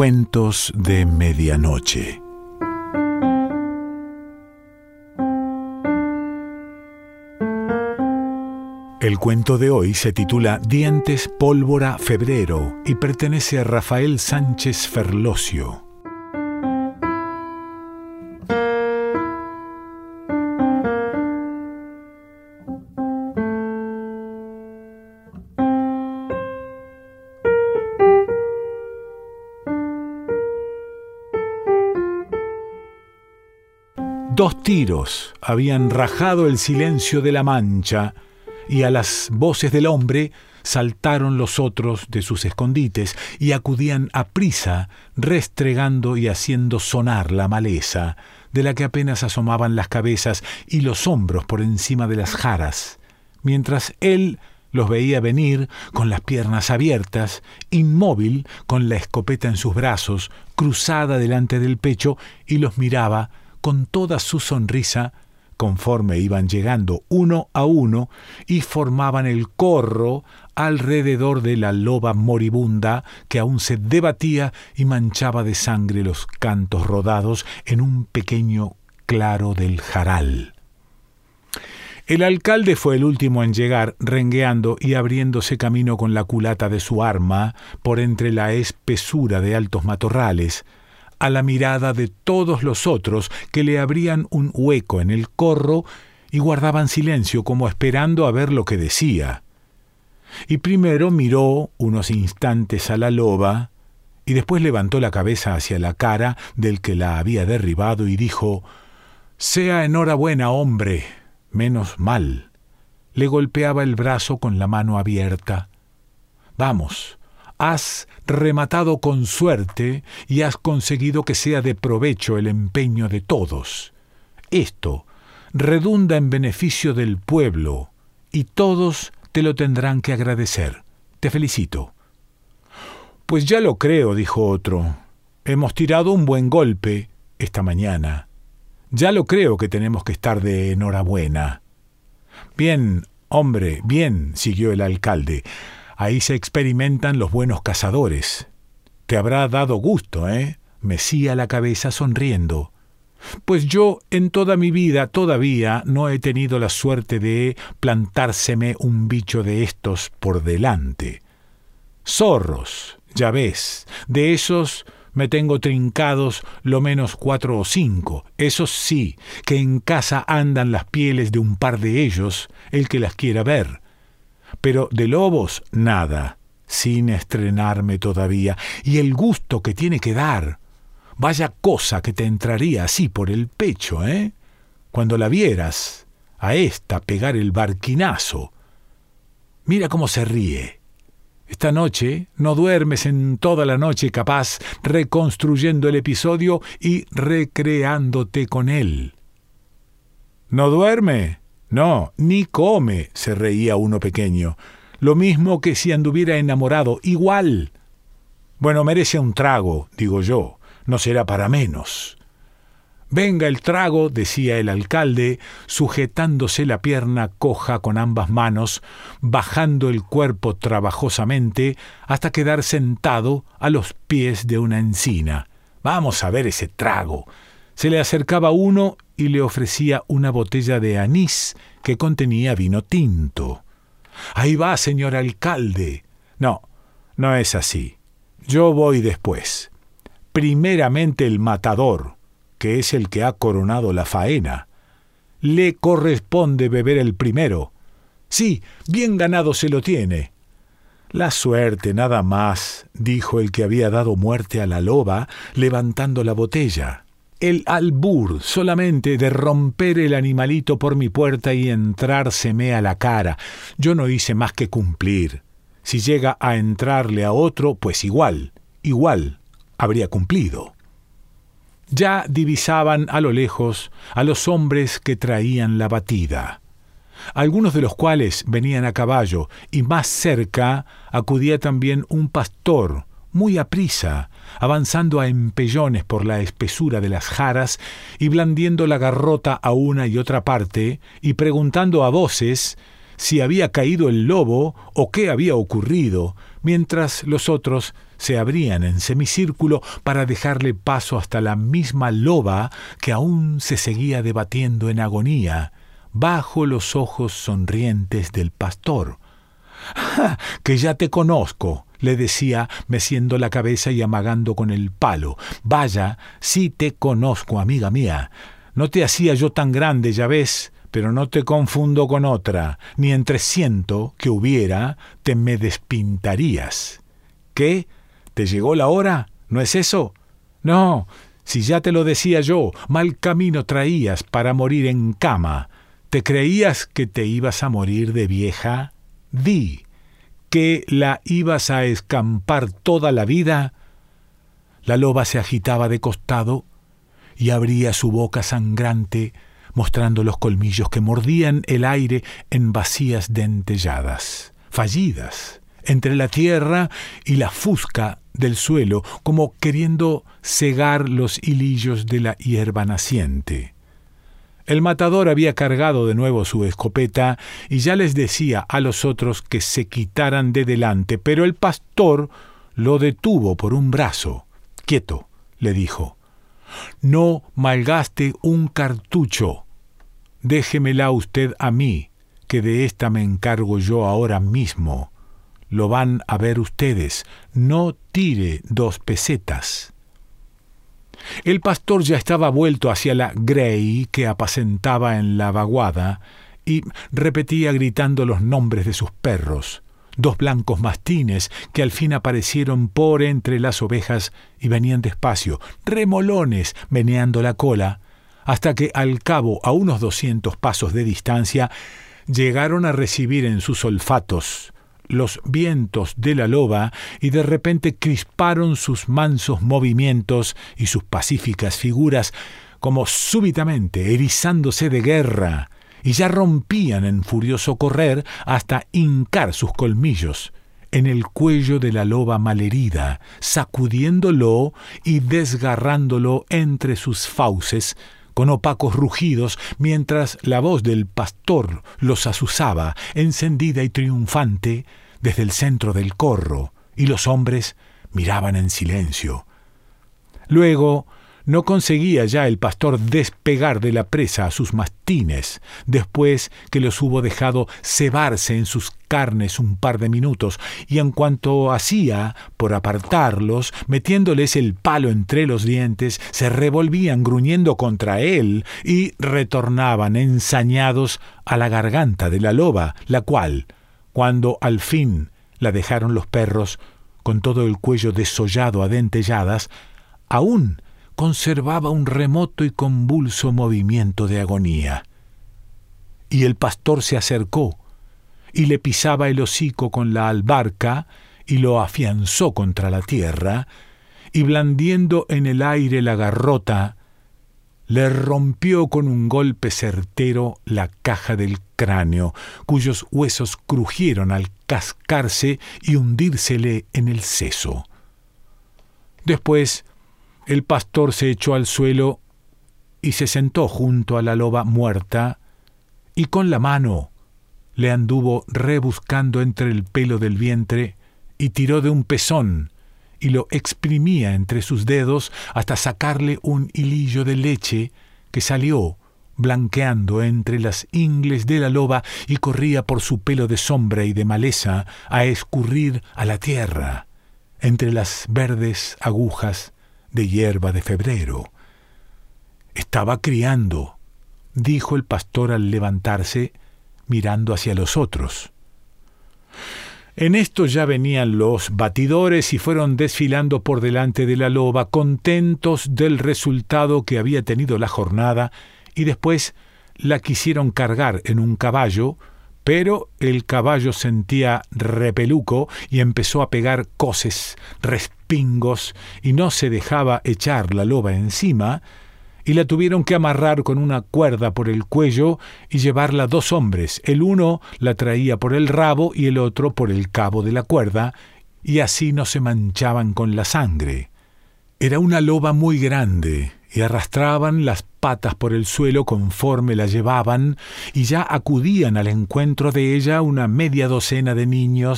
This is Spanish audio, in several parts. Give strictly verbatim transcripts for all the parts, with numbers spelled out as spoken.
Cuentos de Medianoche. El cuento de hoy se titula Dientes, pólvora, febrero y pertenece a Rafael Sánchez Ferlosio. Dos tiros habían rajado el silencio de la Mancha, y a las voces del hombre saltaron los otros de sus escondites y acudían aprisa, restregando y haciendo sonar la maleza, de la que apenas asomaban las cabezas y los hombros por encima de las jaras, mientras él los veía venir con las piernas abiertas, inmóvil, con la escopeta en sus brazos, cruzada delante del pecho, y los miraba con toda su sonrisa, conforme iban llegando uno a uno y formaban el corro alrededor de la loba moribunda que aún se debatía y manchaba de sangre los cantos rodados en un pequeño claro del jaral. El alcalde fue el último en llegar, rengueando y abriéndose camino con la culata de su arma por entre la espesura de altos matorrales, a la mirada de todos los otros que le abrían un hueco en el corro y guardaban silencio como esperando a ver lo que decía. Y primero miró unos instantes a la loba y después levantó la cabeza hacia la cara del que la había derribado y dijo: «Sea enhorabuena, hombre, menos mal». Le golpeaba el brazo con la mano abierta. «Vamos, has rematado con suerte y has conseguido que sea de provecho el empeño de todos. Esto redunda en beneficio del pueblo y todos te lo tendrán que agradecer. Te felicito». «Pues ya lo creo», dijo otro. «Hemos tirado un buen golpe esta mañana. Ya lo creo que tenemos que estar de enhorabuena». «Bien, hombre, bien», siguió el alcalde. «Ahí se experimentan los buenos cazadores. Te habrá dado gusto, ¿eh?». Mecía la cabeza sonriendo. «Pues yo en toda mi vida todavía no he tenido la suerte de plantárseme un bicho de estos por delante. Zorros, ya ves, de esos me tengo trincados lo menos cuatro o cinco. Esos sí, que en casa andan las pieles de un par de ellos, el que las quiera ver. Pero de lobos, nada, sin estrenarme todavía. Y el gusto que tiene que dar. Vaya cosa que te entraría así por el pecho, ¿eh? Cuando la vieras, a esta pegar el barquinazo. Mira cómo se ríe. Esta noche no duermes en toda la noche, capaz, reconstruyendo el episodio y recreándote con él». «¿No duerme? No, ni come», se reía uno pequeño. «Lo mismo que si anduviera enamorado, igual». «Bueno, merece un trago, digo yo, no será para menos». «Venga el trago», decía el alcalde, sujetándose la pierna coja con ambas manos, bajando el cuerpo trabajosamente hasta quedar sentado a los pies de una encina. «Vamos a ver ese trago». Se le acercaba uno y le ofrecía una botella de anís que contenía vino tinto. «Ahí va, señor alcalde». «No, no es así. Yo voy después. Primeramente el matador, que es el que ha coronado la faena. Le corresponde beber el primero. Sí, bien ganado se lo tiene». «La suerte, nada más», dijo el que había dado muerte a la loba, levantando la botella. «El albur solamente de romper el animalito por mi puerta y entrárseme a la cara. Yo no hice más que cumplir. Si llega a entrarle a otro, pues igual, igual habría cumplido». Ya divisaban a lo lejos a los hombres que traían la batida, algunos de los cuales venían a caballo, y más cerca acudía también un pastor, muy aprisa, avanzando a empellones por la espesura de las jaras y blandiendo la garrota a una y otra parte, y preguntando a voces si había caído el lobo o qué había ocurrido, mientras los otros se abrían en semicírculo para dejarle paso hasta la misma loba que aún se seguía debatiendo en agonía, bajo los ojos sonrientes del pastor. ¡Ja! Que ya te conozco, le decía, meciendo la cabeza y amagando con el palo. Vaya, sí te conozco, amiga mía. No te hacía yo tan grande, ya ves, pero no te confundo con otra, ni entre ciento que hubiera te me despintarías. ¿Qué? ¿Te llegó la hora? ¿No es eso? No, si ya te lo decía yo, mal camino traías para morir en cama. ¿Te creías que te ibas a morir de vieja? Di, ¿que la ibas a escampar toda la vida? La loba se agitaba de costado y abría su boca sangrante, mostrando los colmillos que mordían el aire en vacías dentelladas, fallidas, entre la tierra y la fusca del suelo, como queriendo cegar los hilillos de la hierba naciente. El matador había cargado de nuevo su escopeta y ya les decía a los otros que se quitaran de delante, pero el pastor lo detuvo por un brazo. «Quieto», le dijo, «no malgaste un cartucho. Déjemela usted a mí, que de esta me encargo yo ahora mismo. Lo van a ver ustedes. No tire dos pesetas». El pastor ya estaba vuelto hacia la Grey que apacentaba en la vaguada y repetía gritando los nombres de sus perros, dos blancos mastines que al fin aparecieron por entre las ovejas y venían despacio, remolones, meneando la cola, hasta que al cabo, a unos doscientos pasos de distancia, llegaron a recibir en sus olfatos los vientos de la loba y de repente crisparon sus mansos movimientos y sus pacíficas figuras como súbitamente erizándose de guerra, y ya rompían en furioso correr hasta hincar sus colmillos en el cuello de la loba malherida, sacudiéndolo y desgarrándolo entre sus fauces con opacos rugidos, mientras la voz del pastor los azuzaba, encendida y triunfante, desde el centro del corro, y los hombres miraban en silencio. Luego no conseguía ya el pastor despegar de la presa a sus mastines, después que los hubo dejado cebarse en sus carnes un par de minutos, y en cuanto hacía por apartarlos, metiéndoles el palo entre los dientes, se revolvían gruñendo contra él y retornaban ensañados a la garganta de la loba, la cual, cuando al fin la dejaron los perros, con todo el cuello desollado a dentelladas, aún conservaba un remoto y convulso movimiento de agonía. Y el pastor se acercó y le pisaba el hocico con la albarca y lo afianzó contra la tierra, y blandiendo en el aire la garrota, le rompió con un golpe certero la caja del cráneo, cuyos huesos crujieron al cascarse y hundírsele en el seso. Después, el pastor se echó al suelo y se sentó junto a la loba muerta, y con la mano le anduvo rebuscando entre el pelo del vientre y tiró de un pezón y lo exprimía entre sus dedos hasta sacarle un hilillo de leche que salió blanqueando entre las ingles de la loba y corría por su pelo de sombra y de maleza a escurrir a la tierra entre las verdes agujas de hierba de febrero. «Estaba criando», dijo el pastor al levantarse, mirando hacia los otros. En esto ya venían los batidores y fueron desfilando por delante de la loba, contentos del resultado que había tenido la jornada, y después la quisieron cargar en un caballo, pero el caballo sentía repeluco y empezó a pegar coces, respingos, y no se dejaba echar la loba encima, y la tuvieron que amarrar con una cuerda por el cuello y llevarla dos hombres. El uno la traía por el rabo y el otro por el cabo de la cuerda, y así no se manchaban con la sangre. Era una loba muy grande, y arrastraban las patas por el suelo conforme la llevaban, y ya acudían al encuentro de ella una media docena de niños,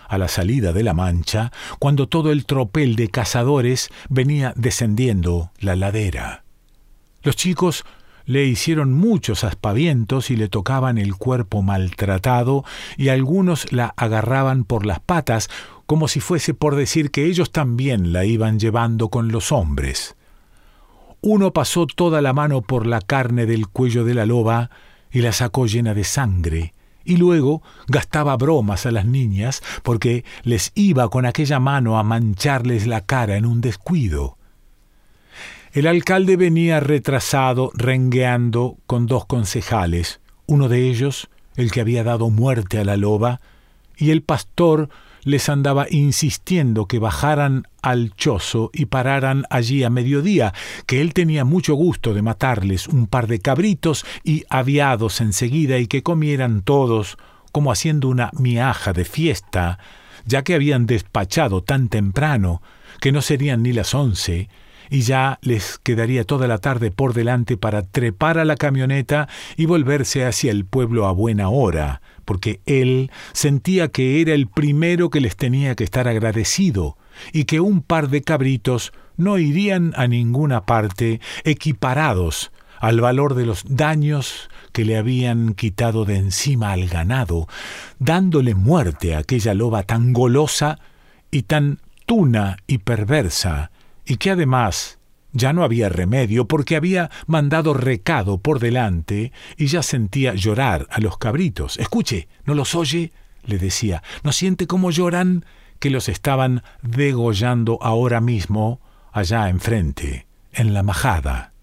a la salida de la Mancha, cuando todo el tropel de cazadores venía descendiendo la ladera. Los chicos le hicieron muchos aspavientos y le tocaban el cuerpo maltratado, y algunos la agarraban por las patas, como si fuese por decir que ellos también la iban llevando con los hombres. Uno pasó toda la mano por la carne del cuello de la loba y la sacó llena de sangre, y luego gastaba bromas a las niñas porque les iba con aquella mano a mancharles la cara en un descuido. El alcalde venía retrasado, rengueando con dos concejales, uno de ellos, el que había dado muerte a la loba, y el pastor les andaba insistiendo que bajaran al chozo y pararan allí a mediodía, que él tenía mucho gusto de matarles un par de cabritos y aviados enseguida, y que comieran todos, como haciendo una miaja de fiesta, ya que habían despachado tan temprano, que no serían ni las once, y ya les quedaría toda la tarde por delante para trepar a la camioneta y volverse hacia el pueblo a buena hora, porque él sentía que era el primero que les tenía que estar agradecido, y que un par de cabritos no irían a ninguna parte equiparados al valor de los daños que le habían quitado de encima al ganado, dándole muerte a aquella loba tan golosa y tan tuna y perversa, y que además ya no había remedio, porque había mandado recado por delante y ya sentía llorar a los cabritos. «Escuche, ¿no los oye?», le decía. «¿No siente cómo lloran?», que los estaban degollando ahora mismo allá enfrente, en la majada.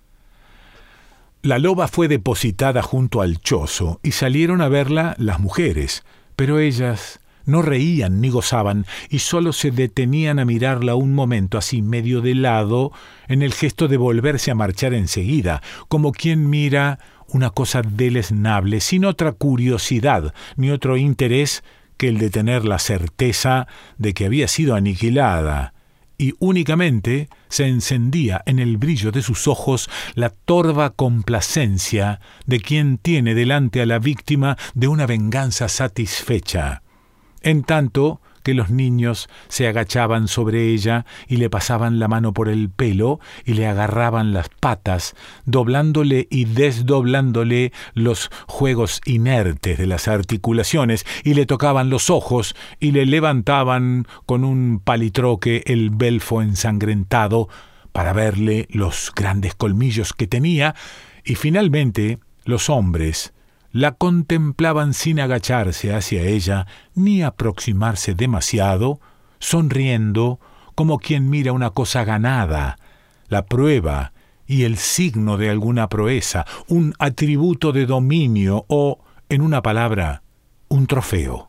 La loba fue depositada junto al chozo y salieron a verla las mujeres, pero ellas no reían ni gozaban, y solo se detenían a mirarla un momento así medio de lado, en el gesto de volverse a marchar enseguida, como quien mira una cosa deleznable, sin otra curiosidad ni otro interés que el de tener la certeza de que había sido aniquilada, y únicamente se encendía en el brillo de sus ojos la torva complacencia de quien tiene delante a la víctima de una venganza satisfecha. En tanto que los niños se agachaban sobre ella y le pasaban la mano por el pelo y le agarraban las patas, doblándole y desdoblándole los juegos inertes de las articulaciones, y le tocaban los ojos y le levantaban con un palitroque el belfo ensangrentado para verle los grandes colmillos que tenía, y finalmente los hombres la contemplaban sin agacharse hacia ella ni aproximarse demasiado, sonriendo como quien mira una cosa ganada, la prueba y el signo de alguna proeza, un atributo de dominio o, en una palabra, un trofeo.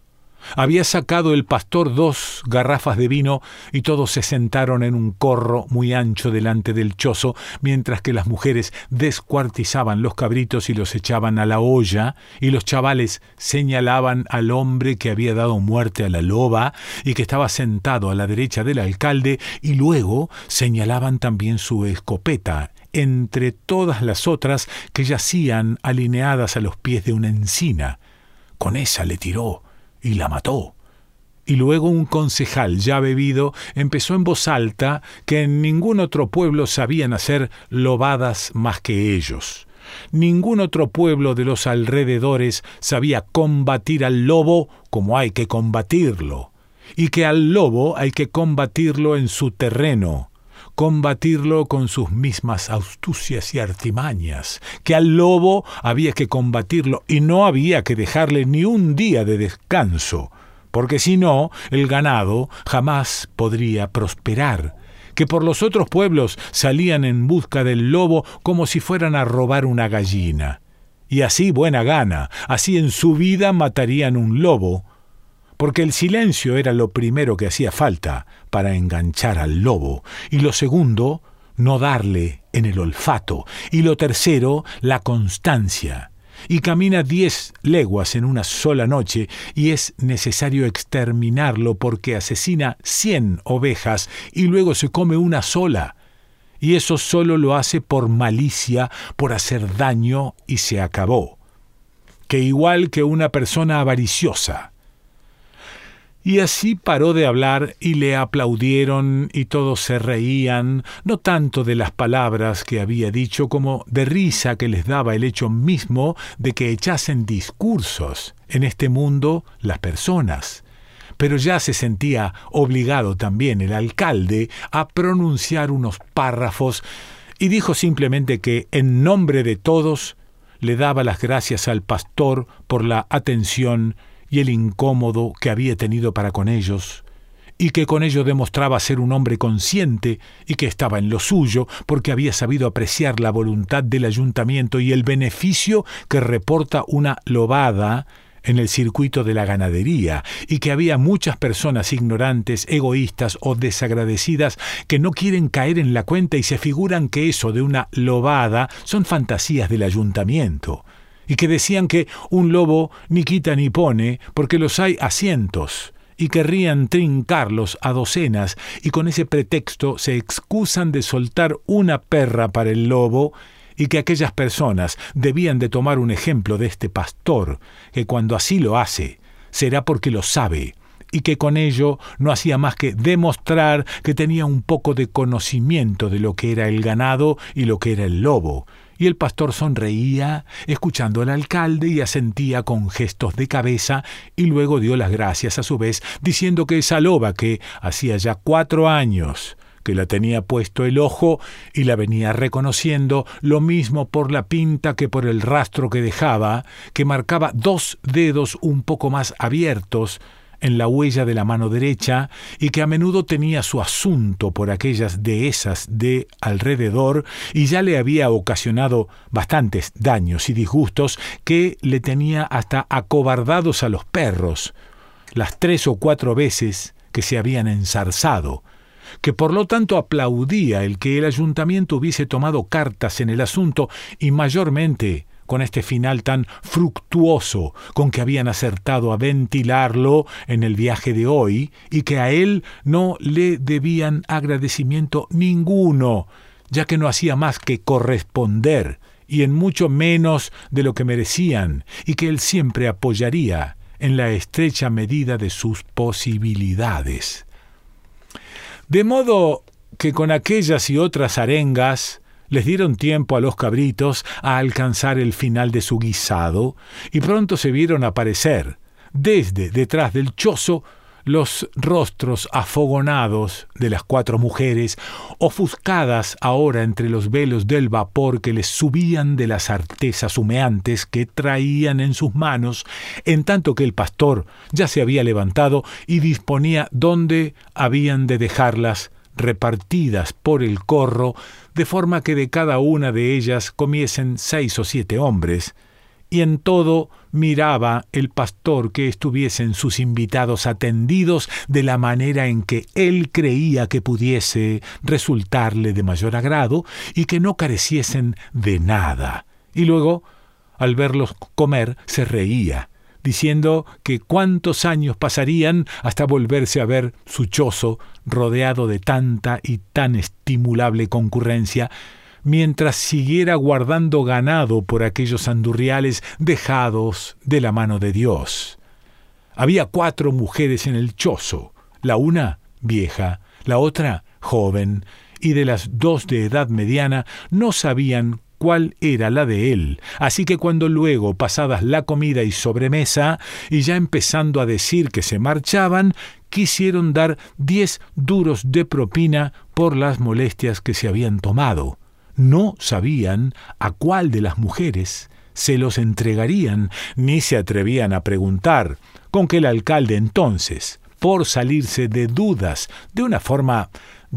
Había sacado el pastor dos garrafas de vino y todos se sentaron en un corro muy ancho delante del chozo, mientras que las mujeres descuartizaban los cabritos y los echaban a la olla, y los chavales señalaban al hombre que había dado muerte a la loba y que estaba sentado a la derecha del alcalde, y luego señalaban también su escopeta, entre todas las otras que yacían alineadas a los pies de una encina. Con esa le tiró y la mató. Y luego un concejal ya bebido empezó en voz alta que en ningún otro pueblo sabían hacer lobadas más que ellos. Ningún otro pueblo de los alrededores sabía combatir al lobo como hay que combatirlo, y que al lobo hay que combatirlo en su terreno, combatirlo con sus mismas astucias y artimañas, que al lobo había que combatirlo y no había que dejarle ni un día de descanso, porque si no, el ganado jamás podría prosperar, que por los otros pueblos salían en busca del lobo como si fueran a robar una gallina, y así buena gana, así en su vida matarían un lobo, porque el silencio era lo primero que hacía falta para enganchar al lobo, y lo segundo, no darle en el olfato, y lo tercero, la constancia. Y camina diez leguas en una sola noche, y es necesario exterminarlo porque asesina cien ovejas y luego se come una sola, y eso solo lo hace por malicia, por hacer daño, y se acabó. Que igual que una persona avariciosa. Y así paró de hablar y le aplaudieron y todos se reían, no tanto de las palabras que había dicho como de risa que les daba el hecho mismo de que echasen discursos en este mundo las personas. Pero ya se sentía obligado también el alcalde a pronunciar unos párrafos y dijo simplemente que en nombre de todos le daba las gracias al pastor por la atención y el incómodo que había tenido para con ellos, y que con ello demostraba ser un hombre consciente y que estaba en lo suyo, porque había sabido apreciar la voluntad del ayuntamiento y el beneficio que reporta una lobada en el circuito de la ganadería, y que había muchas personas ignorantes, egoístas o desagradecidas que no quieren caer en la cuenta y se figuran que eso de una lobada son fantasías del ayuntamiento, y que decían que un lobo ni quita ni pone, porque los hay a cientos, y querrían trincarlos a docenas, y con ese pretexto se excusan de soltar una perra para el lobo, y que aquellas personas debían de tomar un ejemplo de este pastor, que cuando así lo hace, será porque lo sabe, y que con ello no hacía más que demostrar que tenía un poco de conocimiento de lo que era el ganado y lo que era el lobo. Y el pastor sonreía, escuchando al alcalde, y asentía con gestos de cabeza, y luego dio las gracias a su vez, diciendo que esa loba que hacía ya cuatro años que la tenía puesto el ojo y la venía reconociendo, lo mismo por la pinta que por el rastro que dejaba, que marcaba dos dedos un poco más abiertos en la huella de la mano derecha, y que a menudo tenía su asunto por aquellas dehesas de alrededor, y ya le había ocasionado bastantes daños y disgustos que le tenía hasta acobardados a los perros, las tres o cuatro veces que se habían enzarzado, que por lo tanto aplaudía el que el ayuntamiento hubiese tomado cartas en el asunto, y mayormente con este final tan fructuoso con que habían acertado a ventilarlo en el viaje de hoy, y que a él no le debían agradecimiento ninguno, ya que no hacía más que corresponder, y en mucho menos de lo que merecían, y que él siempre apoyaría en la estrecha medida de sus posibilidades. De modo que con aquellas y otras arengas les dieron tiempo a los cabritos a alcanzar el final de su guisado, y pronto se vieron aparecer, desde detrás del chozo, los rostros afogonados de las cuatro mujeres, ofuscadas ahora entre los velos del vapor que les subían de las artesas humeantes que traían en sus manos, en tanto que el pastor ya se había levantado y disponía dónde habían de dejarlas, repartidas por el corro, de forma que de cada una de ellas comiesen seis o siete hombres, y en todo miraba el pastor que estuviesen sus invitados atendidos de la manera en que él creía que pudiese resultarle de mayor agrado, y que no careciesen de nada. Y luego, al verlos comer, se reía, diciendo que cuántos años pasarían hasta volverse a ver su chozo rodeado de tanta y tan estimulable concurrencia, mientras siguiera guardando ganado por aquellos andurriales dejados de la mano de Dios. Había cuatro mujeres en el chozo, la una vieja, la otra joven, y de las dos de edad mediana no sabían cuál era la de él, así que cuando luego, pasadas la comida y sobremesa, y ya empezando a decir que se marchaban, quisieron dar diez duros de propina por las molestias que se habían tomado. No sabían a cuál de las mujeres se los entregarían, ni se atrevían a preguntar, con que el alcalde entonces, por salirse de dudas de una forma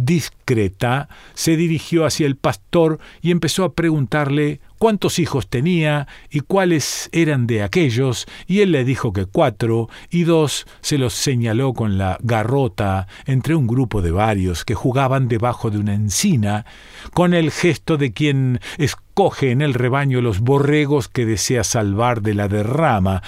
discreta, se dirigió hacia el pastor y empezó a preguntarle cuántos hijos tenía y cuáles eran de aquellos, y él le dijo que cuatro, y dos se los señaló con la garrota entre un grupo de varios que jugaban debajo de una encina, con el gesto de quien escoge en el rebaño los borregos que desea salvar de la derrama,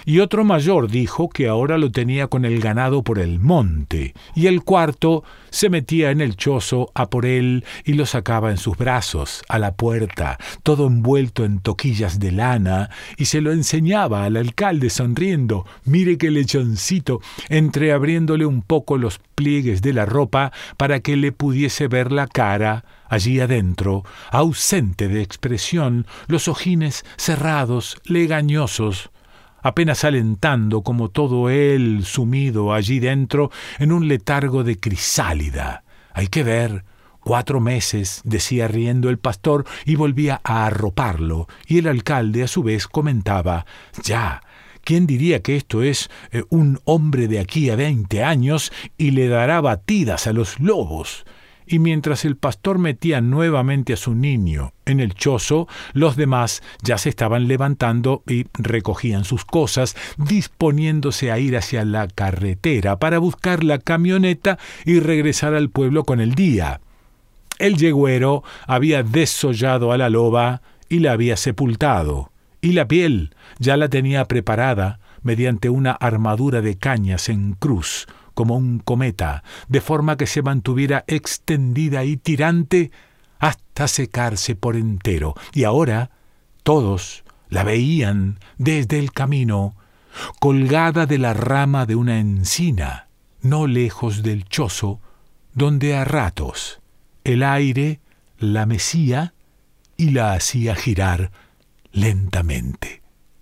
y otro mayor dijo que ahora lo tenía con el ganado por el monte, y el cuarto se metía en el chozo a por él y lo sacaba en sus brazos, a la puerta, todo envuelto en toquillas de lana, y se lo enseñaba al alcalde sonriendo. Mire qué lechoncito, entreabriéndole un poco los pliegues de la ropa para que le pudiese ver la cara. Allí adentro, ausente de expresión, los ojines cerrados, legañosos, apenas alentando como todo él sumido allí dentro en un letargo de crisálida. Hay que ver, cuatro meses, decía riendo el pastor, y volvía a arroparlo, y el alcalde a su vez comentaba: ya, ¿quién diría que esto es eh, un hombre de aquí a veinte años y le dará batidas a los lobos? Y mientras el pastor metía nuevamente a su niño en el chozo, los demás ya se estaban levantando y recogían sus cosas, disponiéndose a ir hacia la carretera para buscar la camioneta y regresar al pueblo con el día. El yegüero había desollado a la loba y la había sepultado, y la piel ya la tenía preparada mediante una armadura de cañas en cruz, como un cometa, de forma que se mantuviera extendida y tirante hasta secarse por entero. Y ahora todos la veían desde el camino, colgada de la rama de una encina, no lejos del chozo, donde a ratos el aire la mecía y la hacía girar lentamente.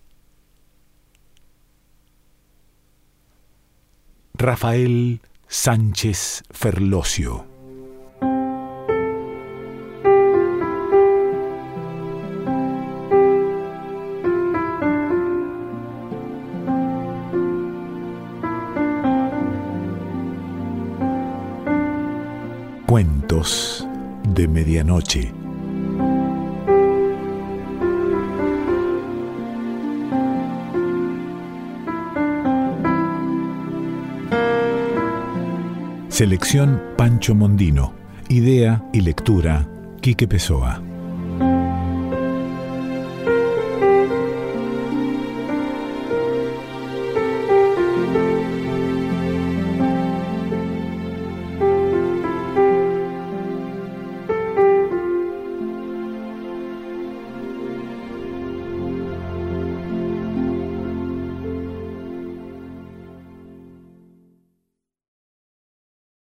Rafael Sánchez Ferlosio. Cuentos de medianoche. Selección Pancho Mondino. Idea y lectura Quique Pessoa.